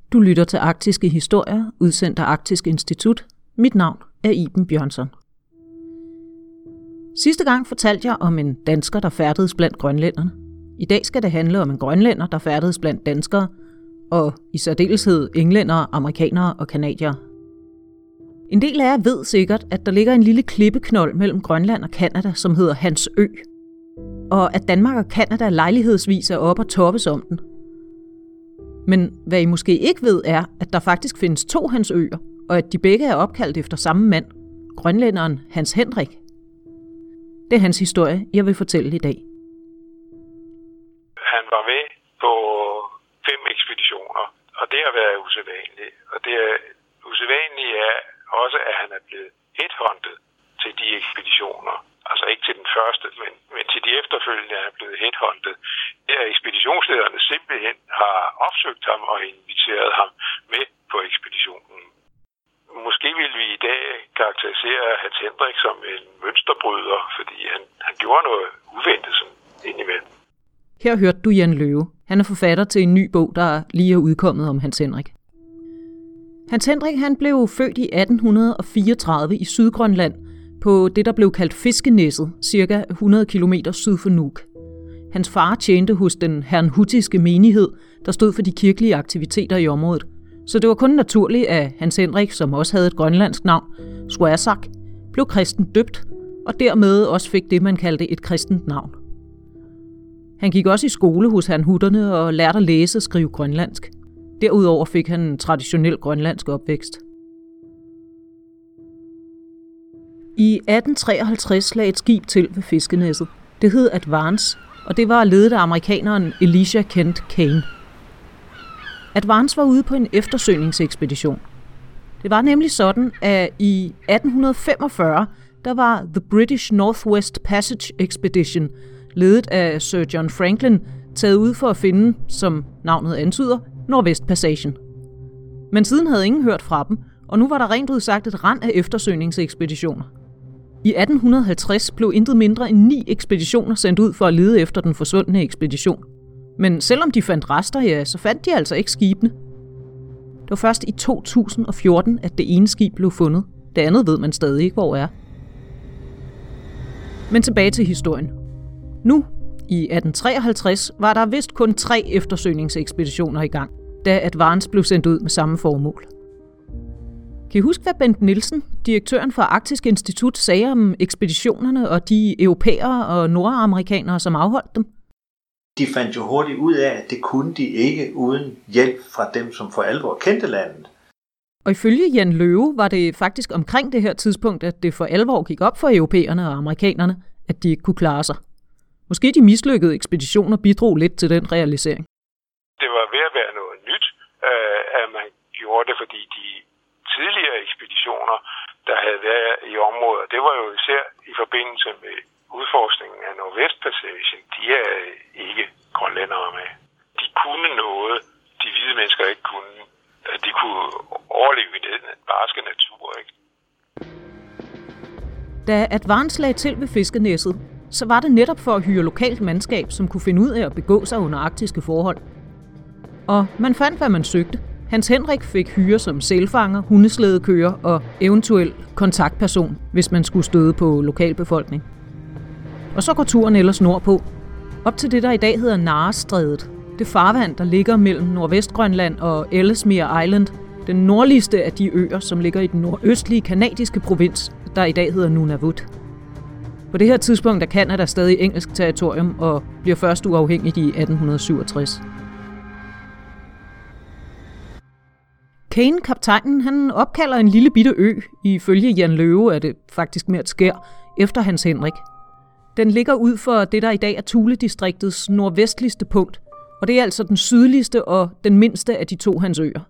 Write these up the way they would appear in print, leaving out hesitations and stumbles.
Du lytter til Arktiske Historier, udsendt af Arktisk Institut. Mit navn er Iben Bjørnsson. Sidste gang fortalte jeg om en dansker, der færdedes blandt grønlænderne. I dag skal det handle om en grønlænder, der færdedes blandt danskere, og i særdeleshed englændere, amerikanere og canadiere. En del af jer ved sikkert, at der ligger en lille klippeknold mellem Grønland og Canada, som hedder Hans Ø. Og at Danmark og Canada lejlighedsvis er oppe og toppes om den. Men hvad I måske ikke ved er, at der faktisk findes 2 Hans Øer, og at de begge er opkaldt efter samme mand, grønlænderen Hans Henrik. Det er hans historie, jeg vil fortælle i dag. Han var med på 5 ekspeditioner, og det har været usædvanligt. Og det usædvanlige er også, at han er blevet headhunted til de ekspeditioner. Altså ikke til den første, men til de efterfølgende er han blevet headhunted. Der ekspeditionslederne simpelthen har opsøgt ham og inviteret ham med på ekspeditionen. Måske vil vi i dag karakterisere Hans Henrik som en mønsterbryder, fordi han gjorde noget uventet sådan indimellem. Her hørte du Jan Løve. Han er forfatter til en ny bog, der lige er udkommet om Hans Henrik. Hans Henrik han blev født i 1834 i Sydgrønland på det, der blev kaldt Fiskenæsset, cirka 100 km syd for Nuuk. Hans far tjente hos den herrnhutiske menighed, der stod for de kirkelige aktiviteter i området. Så det var kun naturligt, at Hans Henrik, som også havde et grønlandsk navn, Squaresak, blev kristen døbt, og dermed også fik det, man kaldte et kristent navn. Han gik også i skole hos herrnhutterne og lærte at læse og skrive grønlandsk. Derudover fik han en traditionel grønlandsk opvækst. I 1853 lagde et skib til ved Fiskenæsset. Det hed Advance, og det var ledet af amerikaneren Elisha Kent Kane. Advance var ude på en eftersøgningsekspedition. Det var nemlig sådan, at i 1845, der var The British Northwest Passage Expedition, ledet af Sir John Franklin, taget ud for at finde, som navnet antyder, Nordvestpassagen. Men siden havde ingen hørt fra dem, og nu var der rent udsagt et rand af eftersøgningsekspeditioner. I 1850 blev intet mindre end 9 ekspeditioner sendt ud for at lede efter den forsvundne ekspedition. Men selvom de fandt rester, ja, så fandt de altså ikke skibene. Det var først i 2014, at det ene skib blev fundet. Det andet ved man stadig ikke, hvor er. Men tilbage til historien. Nu, i 1853, var der vist kun 3 eftersøgningsekspeditioner i gang, da Advance blev sendt ud med samme formål. Kan I huske, hvad Bent Nielsen, direktøren for Arktisk Institut, sagde om ekspeditionerne og de europæere og nordamerikanere, som afholdt dem? De fandt jo hurtigt ud af, at det kunne de ikke uden hjælp fra dem, som for alvor kendte landet. Og ifølge Jan Løve var det faktisk omkring det her tidspunkt, at det for alvor gik op for europæerne og amerikanerne, at de ikke kunne klare sig. Måske de mislykkede ekspeditioner bidrog lidt til den realisering. Det var ved at være noget nyt, at man gjorde det, fordi de tidligere ekspeditioner, der havde været i området, det var jo især i forbindelse med udforskningen af Nordvestpassagen, de er ikke grønlændere med. De kunne noget, de hvide mennesker ikke kunne. De kunne overleve i den barske natur, ikke? Da Advance lagde til ved Fiskenæsset, så var det netop for at hyre lokalt mandskab, som kunne finde ud af at begå sig under arktiske forhold. Og man fandt, hvad man søgte. Hans Henrik fik hyre som sælfanger, hundeslædekører og eventuel kontaktperson, hvis man skulle støde på lokalbefolkning. Og så går turen ellers nordpå, op til det, der i dag hedder Narestrædet. Det farvand, der ligger mellem Nordvestgrønland og Ellesmere Island, den nordligste af de øer, som ligger i den nordøstlige kanadiske provins, der i dag hedder Nunavut. På det her tidspunkt er Canada stadig engelsk territorium og bliver først uafhængigt i 1867. Kane, kaptajnen, han opkalder en lille bitte ø, ifølge Jan Løve er det faktisk mere et skær, efter Hans Henrik. Den ligger ud for det, der i dag er Thule-distriktets nordvestligste punkt, og det er altså den sydligste og den mindste af de 2 Hans Øer.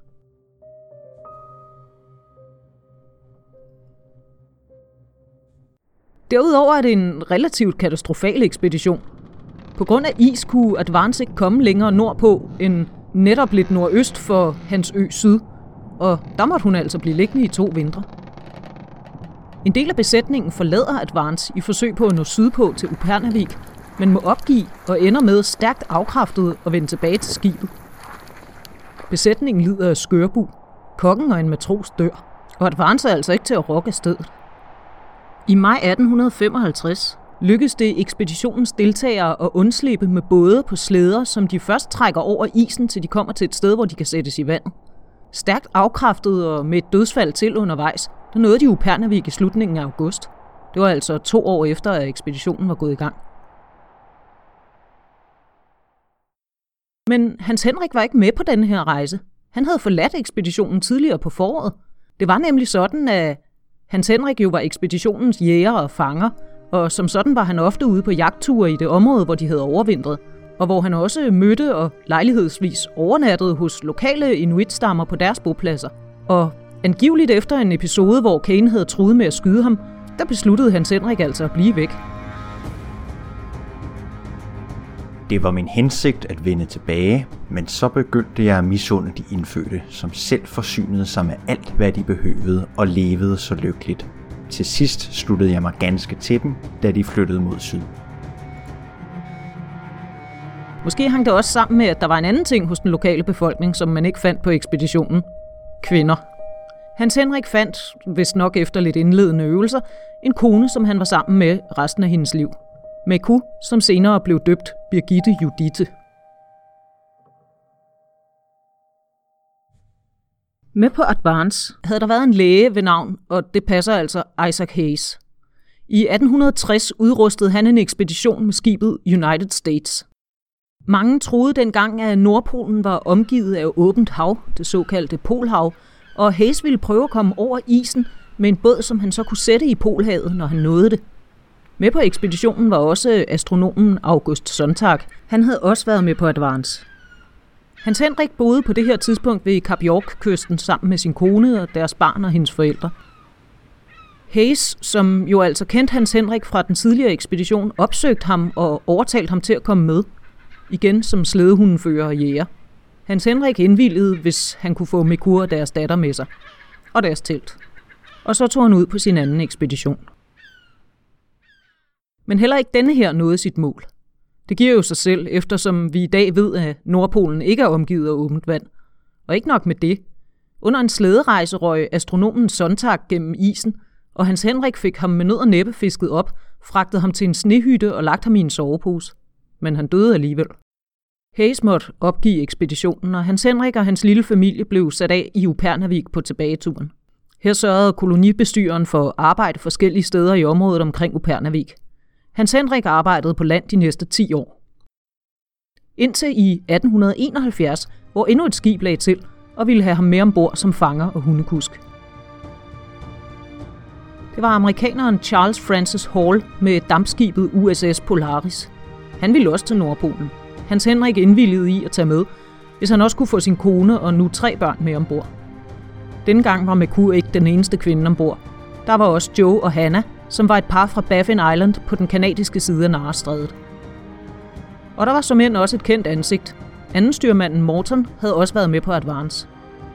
Derudover er det en relativt katastrofal ekspedition. På grund af is kunne Advance ikke komme længere nordpå end netop lidt nordøst for Hans Ø syd, og der måtte hun altså blive liggende i 2 vintre. En del af besætningen forlader Advance i forsøg på at nå sydpå til Upernavik, men må opgive og ender med stærkt afkræftet at vende tilbage til skibet. Besætningen lider af skørbu. Kokken og en matros dør. Og Advance er altså ikke til at rokke af stedet. I maj 1855 lykkedes det ekspeditionens deltagere at undslippe med både på slæder, som de først trækker over isen, til de kommer til et sted, hvor de kan sættes i vand. Stærkt afkræftet og med et dødsfald til undervejs, der nåede de Upernavik i slutningen af august. Det var altså 2 år efter, at ekspeditionen var gået i gang. Men Hans Henrik var ikke med på denne her rejse. Han havde forladt ekspeditionen tidligere på foråret. Det var nemlig sådan, at Hans Henrik jo var ekspeditionens jæger og fanger, og som sådan var han ofte ude på jagtture i det område, hvor de havde overvintret, og hvor han også mødte og lejlighedsvis overnattede hos lokale inuitstammer på deres bopladser. Og angiveligt efter en episode, hvor Kane havde truet med at skyde ham, der besluttede Hans Henrik altså at blive væk. Det var min hensigt at vende tilbage, men så begyndte jeg at misunde de indfødte, som selv forsynede sig med alt, hvad de behøvede og levede så lykkeligt. Til sidst sluttede jeg mig ganske til dem, da de flyttede mod syd. Måske hang det også sammen med, at der var en anden ting hos den lokale befolkning, som man ikke fandt på ekspeditionen. Kvinder. Hans Henrik fandt, vist nok efter lidt indledende øvelser, en kone, som han var sammen med resten af hendes liv. Meku, som senere blev døbt Birgitte Judithe. Med på Advance havde der været en læge ved navn, og det passer altså Isaac Hayes. I 1860 udrustede han en ekspedition med skibet United States. Mange troede dengang, at Nordpolen var omgivet af åbent hav, det såkaldte Polhav, og Hayes ville prøve at komme over isen med en båd, som han så kunne sætte i Polhavet, når han nåede det. Med på ekspeditionen var også astronomen August Sonntag. Han havde også været med på Advance. Hans Henrik boede på det her tidspunkt ved Kap York-kysten sammen med sin kone og deres barn og hendes forældre. Hayes, som jo altså kendte Hans Henrik fra den tidligere ekspedition, opsøgte ham og overtalte ham til at komme med. Igen som slædehundefører og jæger. Hans Henrik indvilligede, hvis han kunne få Meku og deres datter med sig. Og deres telt. Og så tog han ud på sin anden ekspedition. Men heller ikke denne her nåede sit mål. Det giver jo sig selv, eftersom vi i dag ved, at Nordpolen ikke er omgivet af åbent vand. Og ikke nok med det. Under en slæderejse røg astronomen Sonntag gennem isen, og Hans Henrik fik ham med nød og næppe fisket op, fragtede ham til en snehytte og lagt ham i en sovepose. Men han døde alligevel. Hayes måtte opgive ekspeditionen, og Hans Henrik og hans lille familie blev sat af i Upernavik på tilbageturen. Her sørgede kolonibestyreren for arbejde forskellige steder i området omkring Upernavik. Hans Henrik arbejdede på land de næste 10 år. Indtil i 1871, hvor endnu et skib lagde til og ville have ham med ombord som fanger og hundekusk. Det var amerikaneren Charles Francis Hall med dampskibet USS Polaris. Han ville også til Nordpolen. Hans Henrik indvilligede i at tage med, hvis han også kunne få sin kone og nu 3 børn med ombord. Denne gang var Meku ikke den eneste kvinde ombord. Der var også Joe og Hannah, som var et par fra Baffin Island på den kanadiske side af Narestrædet. Og der var såmænd også et kendt ansigt. Andenstyrmanden Morton havde også været med på Advance.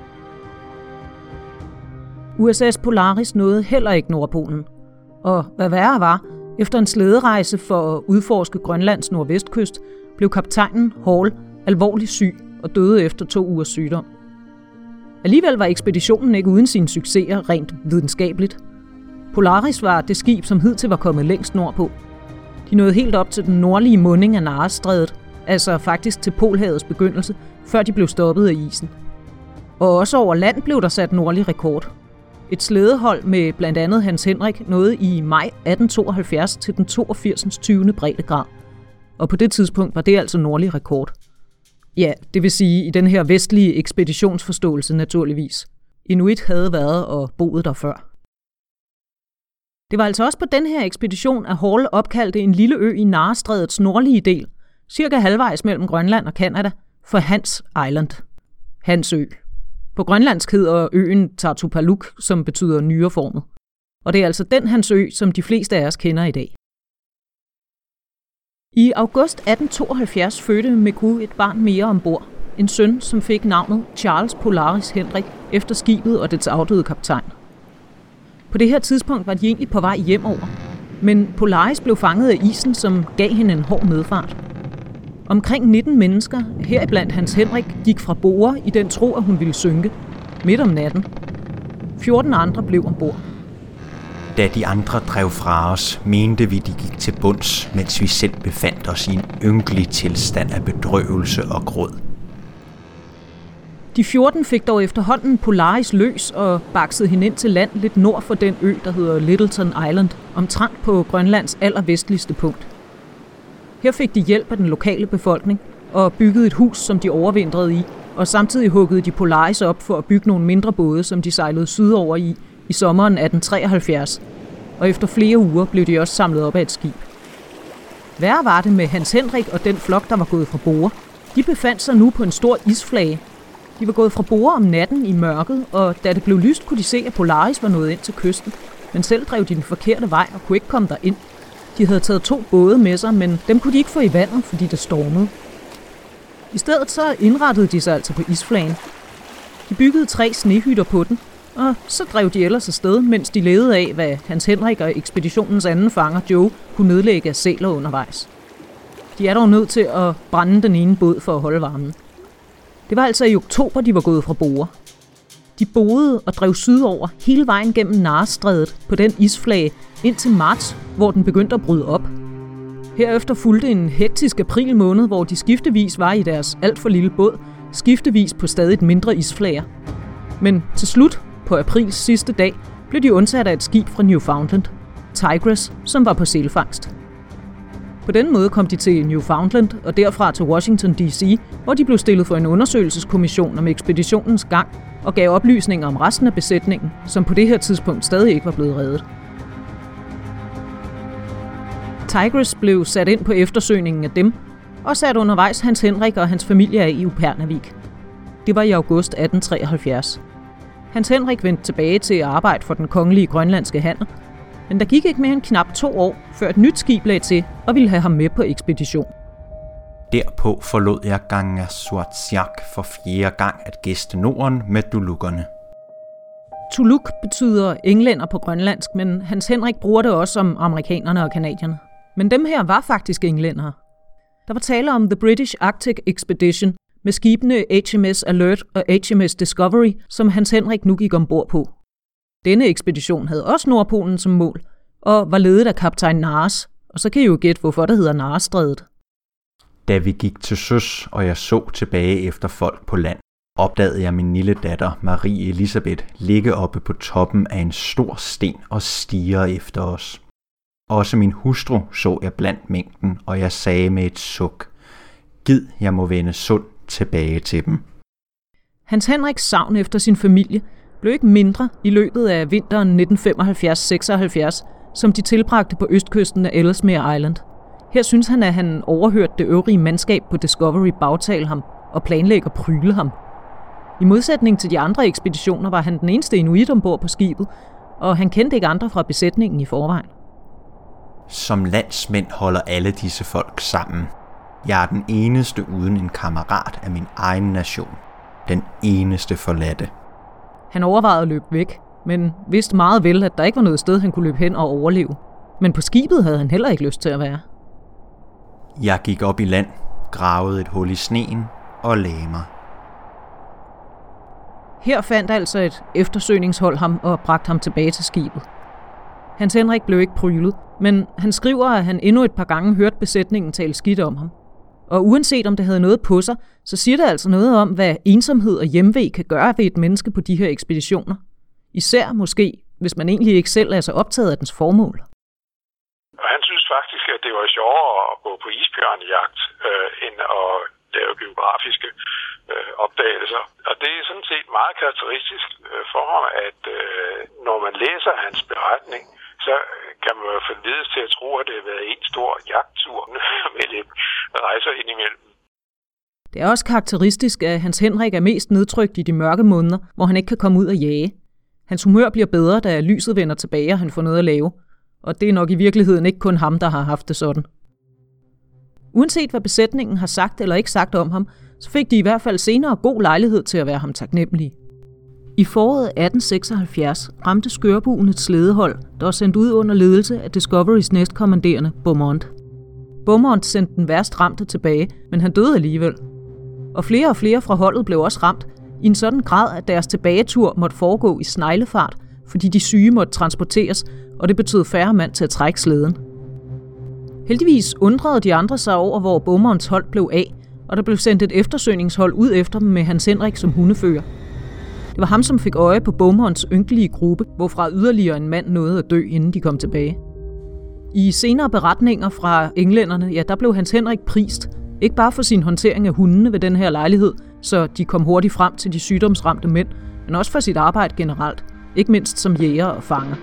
USS Polaris nåede heller ikke Nordpolen. Og hvad værre var, efter en slæderejse for at udforske Grønlands nordvestkyst, blev kaptajnen Hall alvorligt syg og døde efter 2 ugers sygdom. Alligevel var ekspeditionen ikke uden sine succeser rent videnskabeligt. Polaris var det skib, som hidtil var kommet længst nordpå. De nåede helt op til den nordlige munding af Narestrædet, altså faktisk til Polhavets begyndelse, før de blev stoppet af isen. Og også over land blev der sat nordlig rekord. Et slædehold med blandt andet Hans Henrik nåede i maj 1872 til den 82. 20. breddegrad. Og på det tidspunkt var det altså nordlig rekord. Ja, det vil sige i den her vestlige ekspeditionsforståelse naturligvis. Inuit havde været og boet der før. Det var altså også på den her ekspedition, at Hall opkaldte en lille ø i Narestrædets nordlige del, cirka halvvejs mellem Grønland og Canada, for Hans Island. Hans ø. På grønlandsk hedder øen Tartupaluk, som betyder nyreformet. Og det er altså den Hans ø, som de fleste af os kender i dag. I august 1872 fødte Meku et barn mere ombord. En søn, som fik navnet Charles Polaris Henrik efter skibet og dets afdøde kaptajn. På det her tidspunkt var de egentlig på vej hjemover, men Polaris blev fanget af isen, som gav hende en hård medfart. Omkring 19 mennesker, heriblandt Hans Henrik, gik fra borde i den tro, at hun ville synke midt om natten. 14 andre blev ombord. Da de andre drev fra os, mente vi, de gik til bunds, mens vi selv befandt os i en ynkelig tilstand af bedrøvelse og gråd. De 14 fik dog efterhånden Polaris løs og baksede hende ind til land lidt nord for den ø, der hedder Littleton Island, omtrent på Grønlands allervestligste punkt. Her fik de hjælp af den lokale befolkning og byggede et hus, som de overvintrede i, og samtidig huggede de Polaris op for at bygge nogle mindre både, som de sejlede sydover i sommeren 1873. Og efter flere uger blev de også samlet op af et skib. Værre var det med Hans Henrik og den flok, der var gået fra borde. De befandt sig nu på en stor isflage. De var gået fra borde om natten i mørket, og da det blev lyst, kunne de se, at Polaris var nået ind til kysten. Men selv drev de den forkerte vej og kunne ikke komme derind. De havde taget 2 både med sig, men dem kunne de ikke få i vandet, fordi det stormede. I stedet så indrettede de sig altså på isflagen. De byggede 3 snehytter på den, og så drev de ellers afsted, mens de levede af, hvad Hans Henrik og ekspeditionens anden fanger, Joe, kunne nedlægge af sæler undervejs. De er dog nødt til at brænde den ene båd for at holde varmen. Det var altså i oktober, de var gået fra borde. De boede og drev sydover hele vejen gennem Narestrædet på den isflage indtil marts, hvor den begyndte at bryde op. Herefter fulgte en hektisk april måned, hvor de skiftevis var i deres alt for lille båd, skiftevis på stadig mindre isflager. Men til slut, på aprils sidste dag, blev de undsat af et skib fra Newfoundland, Tigress, som var på sælfangst. På den måde kom de til Newfoundland og derfra til Washington D.C., hvor de blev stillet for en undersøgelseskommission om ekspeditionens gang og gav oplysninger om resten af besætningen, som på det her tidspunkt stadig ikke var blevet reddet. Tigress blev sat ind på eftersøgningen af dem, og sat undervejs Hans Henrik og hans familie af i Upernavik. Det var i august 1873. Hans Henrik vendte tilbage til at arbejde for den kongelige grønlandske handel, men der gik ikke mere end knap 2 år, før et nyt skib lagde til og ville have ham med på ekspedition. Derpå forlod jeg Kangersuatsiaq for 4. gang at gæste Norden med tulukkerne. Tuluk betyder englænder på grønlandsk, men Hans Henrik bruger det også om amerikanerne og canadierne. Men dem her var faktisk englændere. Der var tale om The British Arctic Expedition med skibene HMS Alert og HMS Discovery, som Hans Henrik nu gik ombord på. Denne ekspedition havde også Nordpolen som mål, og var ledet af kaptajn Nares, og så kan I jo gætte, hvorfor det hedder Narestrædet. Da vi gik til søs, og jeg så tilbage efter folk på land, opdagede jeg min lille datter, Marie Elisabeth, ligge oppe på toppen af en stor sten og stirre efter os. Også min hustru så jeg blandt mængden, og jeg sagde med et suk: Gid jeg må vende sund tilbage til dem. Hans Henriks savn efter sin familie blev ikke mindre i løbet af vinteren 1975-76, som de tilbragte på østkysten af Ellesmere Island. Her synes han, at han overhørte det øvrige mandskab på Discovery bagtale ham og planlægge at pryle ham. I modsætning til de andre ekspeditioner var han den eneste inuit ombord på skibet, og han kendte ikke andre fra besætningen i forvejen. Som landsmænd holder alle disse folk sammen. Jeg er den eneste uden en kammerat af min egen nation. Den eneste forladte. Han overvejede at løbe væk, men vidste meget vel, at der ikke var noget sted, han kunne løbe hen og overleve. Men på skibet havde han heller ikke lyst til at være. Jeg gik op i land, gravede et hul i sneen og lagde mig. Her fandt altså et eftersøgningshold ham og bragte ham tilbage til skibet. Hans Henrik blev ikke prylet, men han skriver, at han endnu et par gange hørte besætningen tale skidt om ham. Og uanset om det havde noget på sig, så siger det altså noget om, hvad ensomhed og hjemve kan gøre ved et menneske på de her ekspeditioner. Især måske, hvis man egentlig ikke selv er så optaget af dens formål. Og han synes faktisk, at det var sjovere at gå på isbjørnejagt, end at lave geografiske opdagelser. Og det er sådan set meget karakteristisk for ham, at når man læser hans beretning, så kan man jo forledes til at tro, at det har været en stor jagttur med lidt rejser indimellem. Det er også karakteristisk, at Hans Henrik er mest nedtrykt i de mørke måneder, hvor han ikke kan komme ud og jage. Hans humør bliver bedre, da lyset vender tilbage, og han får noget at lave. Og det er nok i virkeligheden ikke kun ham, der har haft det sådan. Uanset hvad besætningen har sagt eller ikke sagt om ham, så fik de i hvert fald senere god lejlighed til at være ham taknemmelige. I foråret 1876 ramte skørbuen et slædehold, der var sendt ud under ledelse af Discoverys næstkommanderende Beaumont. Beaumont sendte den værst ramte tilbage, men han døde alligevel. Og flere fra holdet blev også ramt, i en sådan grad, at deres tilbagetur måtte foregå i sneglefart, fordi de syge måtte transporteres, og det betød færre mand til at trække slæden. Heldigvis undrede de andre sig over, hvor Beaumonts hold blev af, og der blev sendt et eftersøgningshold ud efter dem med Hans Henrik som hundefører. Det var ham, som fik øje på Beaumonts ynkelige gruppe, hvorfra yderligere en mand nåede at dø, inden de kom tilbage. I senere beretninger fra englænderne, ja, der blev Hans Henrik prist, ikke bare for sin håndtering af hundene ved den her lejlighed, så de kom hurtigt frem til de sygdomsramte mænd, men også for sit arbejde generelt, ikke mindst som jæger og fanger.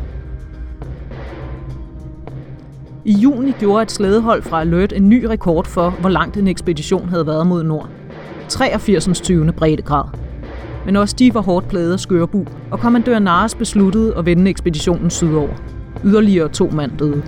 I juni gjorde et slædehold fra Alert en ny rekord for, hvor langt en ekspedition havde været mod nord. 83. 20. breddegrad. Men også de var hårdt plaget af skørbu, og kommandør Nares besluttede at vende ekspeditionen sydover. Yderligere 2 mand døde.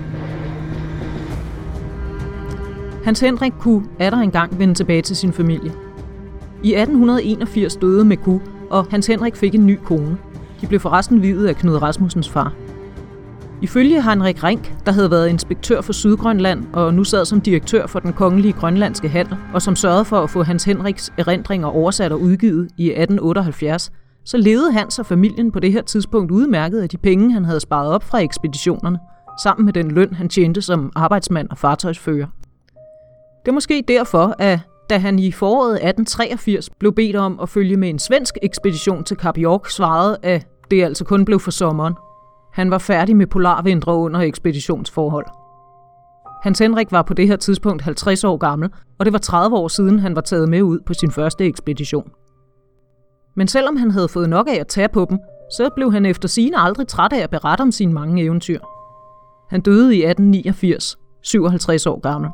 Hans Henrik kunne atter engang vende tilbage til sin familie. I 1881 døde Mæku, og Hans Henrik fik en ny kone. De blev forresten viet af Knud Rasmussens far. Ifølge Heinrich Rink, der havde været inspektør for Sydgrønland og nu sad som direktør for den kongelige grønlandske handel, og som sørgede for at få Hans Henriks erindringer oversat og udgivet i 1878, så levede Hans og familien på det her tidspunkt udmærket af de penge, han havde sparet op fra ekspeditionerne, sammen med den løn, han tjente som arbejdsmand og fartøjsfører. Det er måske derfor, at da han i foråret 1883 blev bedt om at følge med en svensk ekspedition til Kap York, svarede, at det altså kun blev for sommeren. Han var færdig med polarvintre under ekspeditionsforhold. Hans Henrik var på det her tidspunkt 50 år gammel, og det var 30 år siden, han var taget med ud på sin første ekspedition. Men selvom han havde fået nok af at tage på dem, så blev han efter sigende aldrig træt af at berette om sine mange eventyr. Han døde i 1889, 57 år gammel.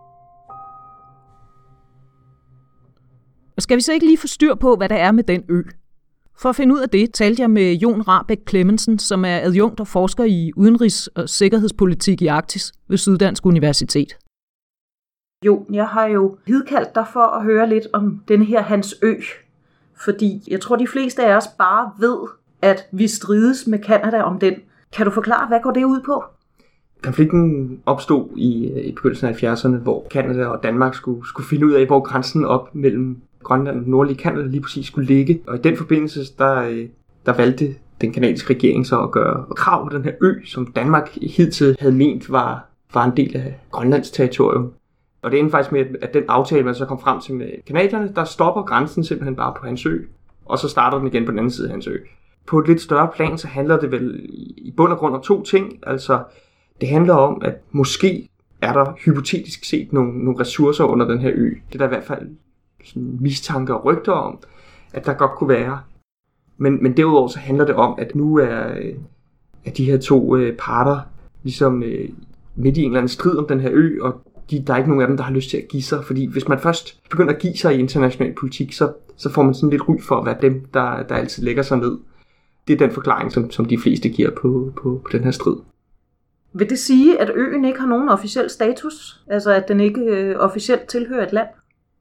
Og skal vi så ikke lige få styr på, hvad der er med den ø? For at finde ud af det, talte jeg med Jon Rahbek Clemmensen, som er adjunkt og forsker i udenrigs- og sikkerhedspolitik i Arktis ved Syddansk Universitet. Jo, jeg har jo hidkaldt dig for at høre lidt om denne her Hans Ø. Fordi jeg tror, de fleste af os bare ved, at vi strides med Canada om den. Kan du forklare, hvad går det ud på? Konflikten opstod i begyndelsen af 70'erne, hvor Canada og Danmark skulle finde ud af, hvor grænsen op mellem Grønland og den nordlige Canada lige præcis skulle ligge. Og i den forbindelse, der valgte den canadiske regering så at gøre krav på den her ø, som Danmark hidtil havde ment var en del af Grønlands territorium. Og det endte faktisk med, at den aftale, man så kom frem til med kanadierne, der stopper grænsen simpelthen bare på Hans Ø, og så starter den igen på den anden side af Hans Ø. På et lidt større plan, så handler det vel i bund og grund om 2 ting. Altså, det handler om, at måske er der hypotetisk set nogle ressourcer under den her ø. Det er der i hvert fald sådan mistanke og rygter om, at der godt kunne være. Men derudover så handler det om, at nu er de her 2 parter ligesom midt i en eller anden strid om den her ø, og der er ikke nogen af dem, der har lyst til at give sig. Fordi hvis man først begynder at give sig i international politik, så får man sådan lidt ry for at være dem, der altid lægger sig ned. Det er den forklaring, som de fleste giver på den her strid. Vil det sige, at øen ikke har nogen officiel status? Altså at den ikke officielt tilhører et land?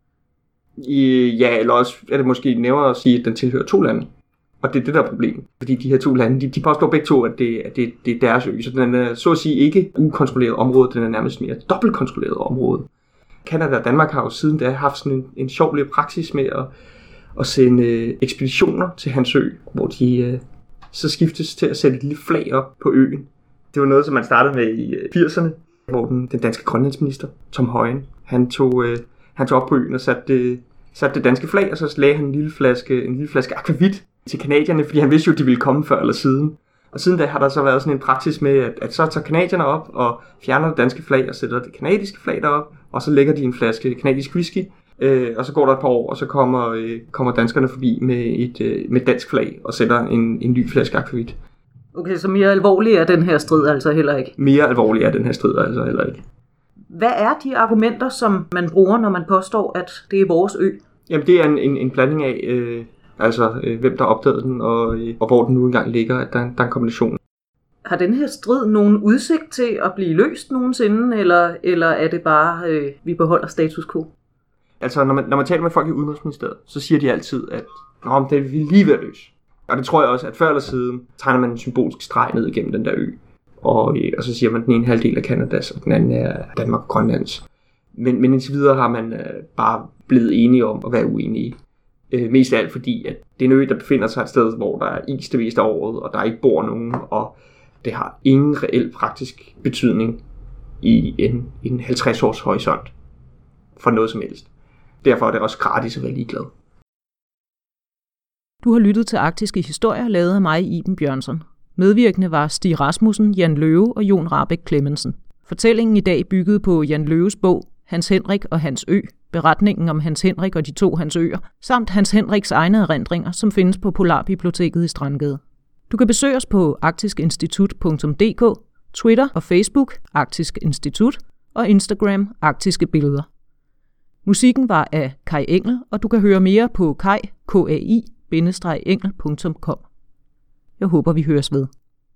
Ja, eller også er det måske nærmere at sige, at den tilhører 2 lande. Og det er det, der er problemet. Fordi de her 2 lande, de påstår begge to, at det er deres ø. Så den er så at sige ikke ukontrolleret område, den er nærmest mere dobbeltkontrolleret område. Canada og Danmark har jo siden da haft sådan en sjov lille praksis med at sende ekspeditioner til Hans Ø, hvor de så skiftes til at sætte et lille flag op på øen. Det var noget, som man startede med i 80'erne, hvor den danske grønlandsminister, Tom Høyen, han tog op på øen og satte det danske flag, og så lagde han en lille flaske akvavit til kanadierne, fordi han vidste jo, at de ville komme før eller siden. Og siden da har der så været sådan en praksis med, at så tager kanadierne op og fjerner det danske flag og sætter det kanadiske flag derop, og så lægger de en flaske kanadisk whisky, og så går der et par år, og så kommer danskerne forbi med dansk flag og sætter en ny flaske akvavit. Okay, så mere alvorlig er den her strid altså heller ikke? Mere alvorlig er den her strid altså heller ikke. Hvad er de argumenter, som man bruger, når man påstår, at det er vores ø? Jamen, det er en blanding af, hvem der opdagede den, og hvor den nu engang ligger, at der er en kombination. Har den her strid nogen udsigt til at blive løst nogensinde, eller er det bare, vi beholder status quo? Altså, når man taler med folk i Udenrigsministeriet, så siger de altid, at det er vi lige ved at løse. Og det tror jeg også, at før eller siden tegner man en symbolsk streg ned igennem den der ø. og så siger man, at den ene halvdel er Kanadas, og den anden er Danmark og Grønlands. Men indtil videre har man bare blevet enige om at være uenige. Mest af alt fordi, at det er en ø, der befinder sig et sted, hvor der er is det meste af året, og der ikke bor nogen, og det har ingen reel praktisk betydning i en 50-års horisont for noget som helst. Derfor er det også gratis at være ligeglad. Du har lyttet til Arktiske Historier, lavet af mig, Iben Bjørnson. Medvirkende var Stig Rasmussen, Jan Løve og Jon Rahbek Clemmensen. Fortællingen i dag byggede på Jan Løves bog Hans Henrik og Hans Ø, beretningen om Hans Henrik og de 2 Hans Øer, samt Hans Henriks egne erindringer, som findes på Polarbiblioteket i Strandgade. Du kan besøge os på arktiskinstitut.dk, Twitter og Facebook Arktisk Institut og Instagram Arktiske Billeder. Musikken var af Kai Engel, og du kan høre mere på kai.engel.com. Jeg håber, vi høres ved.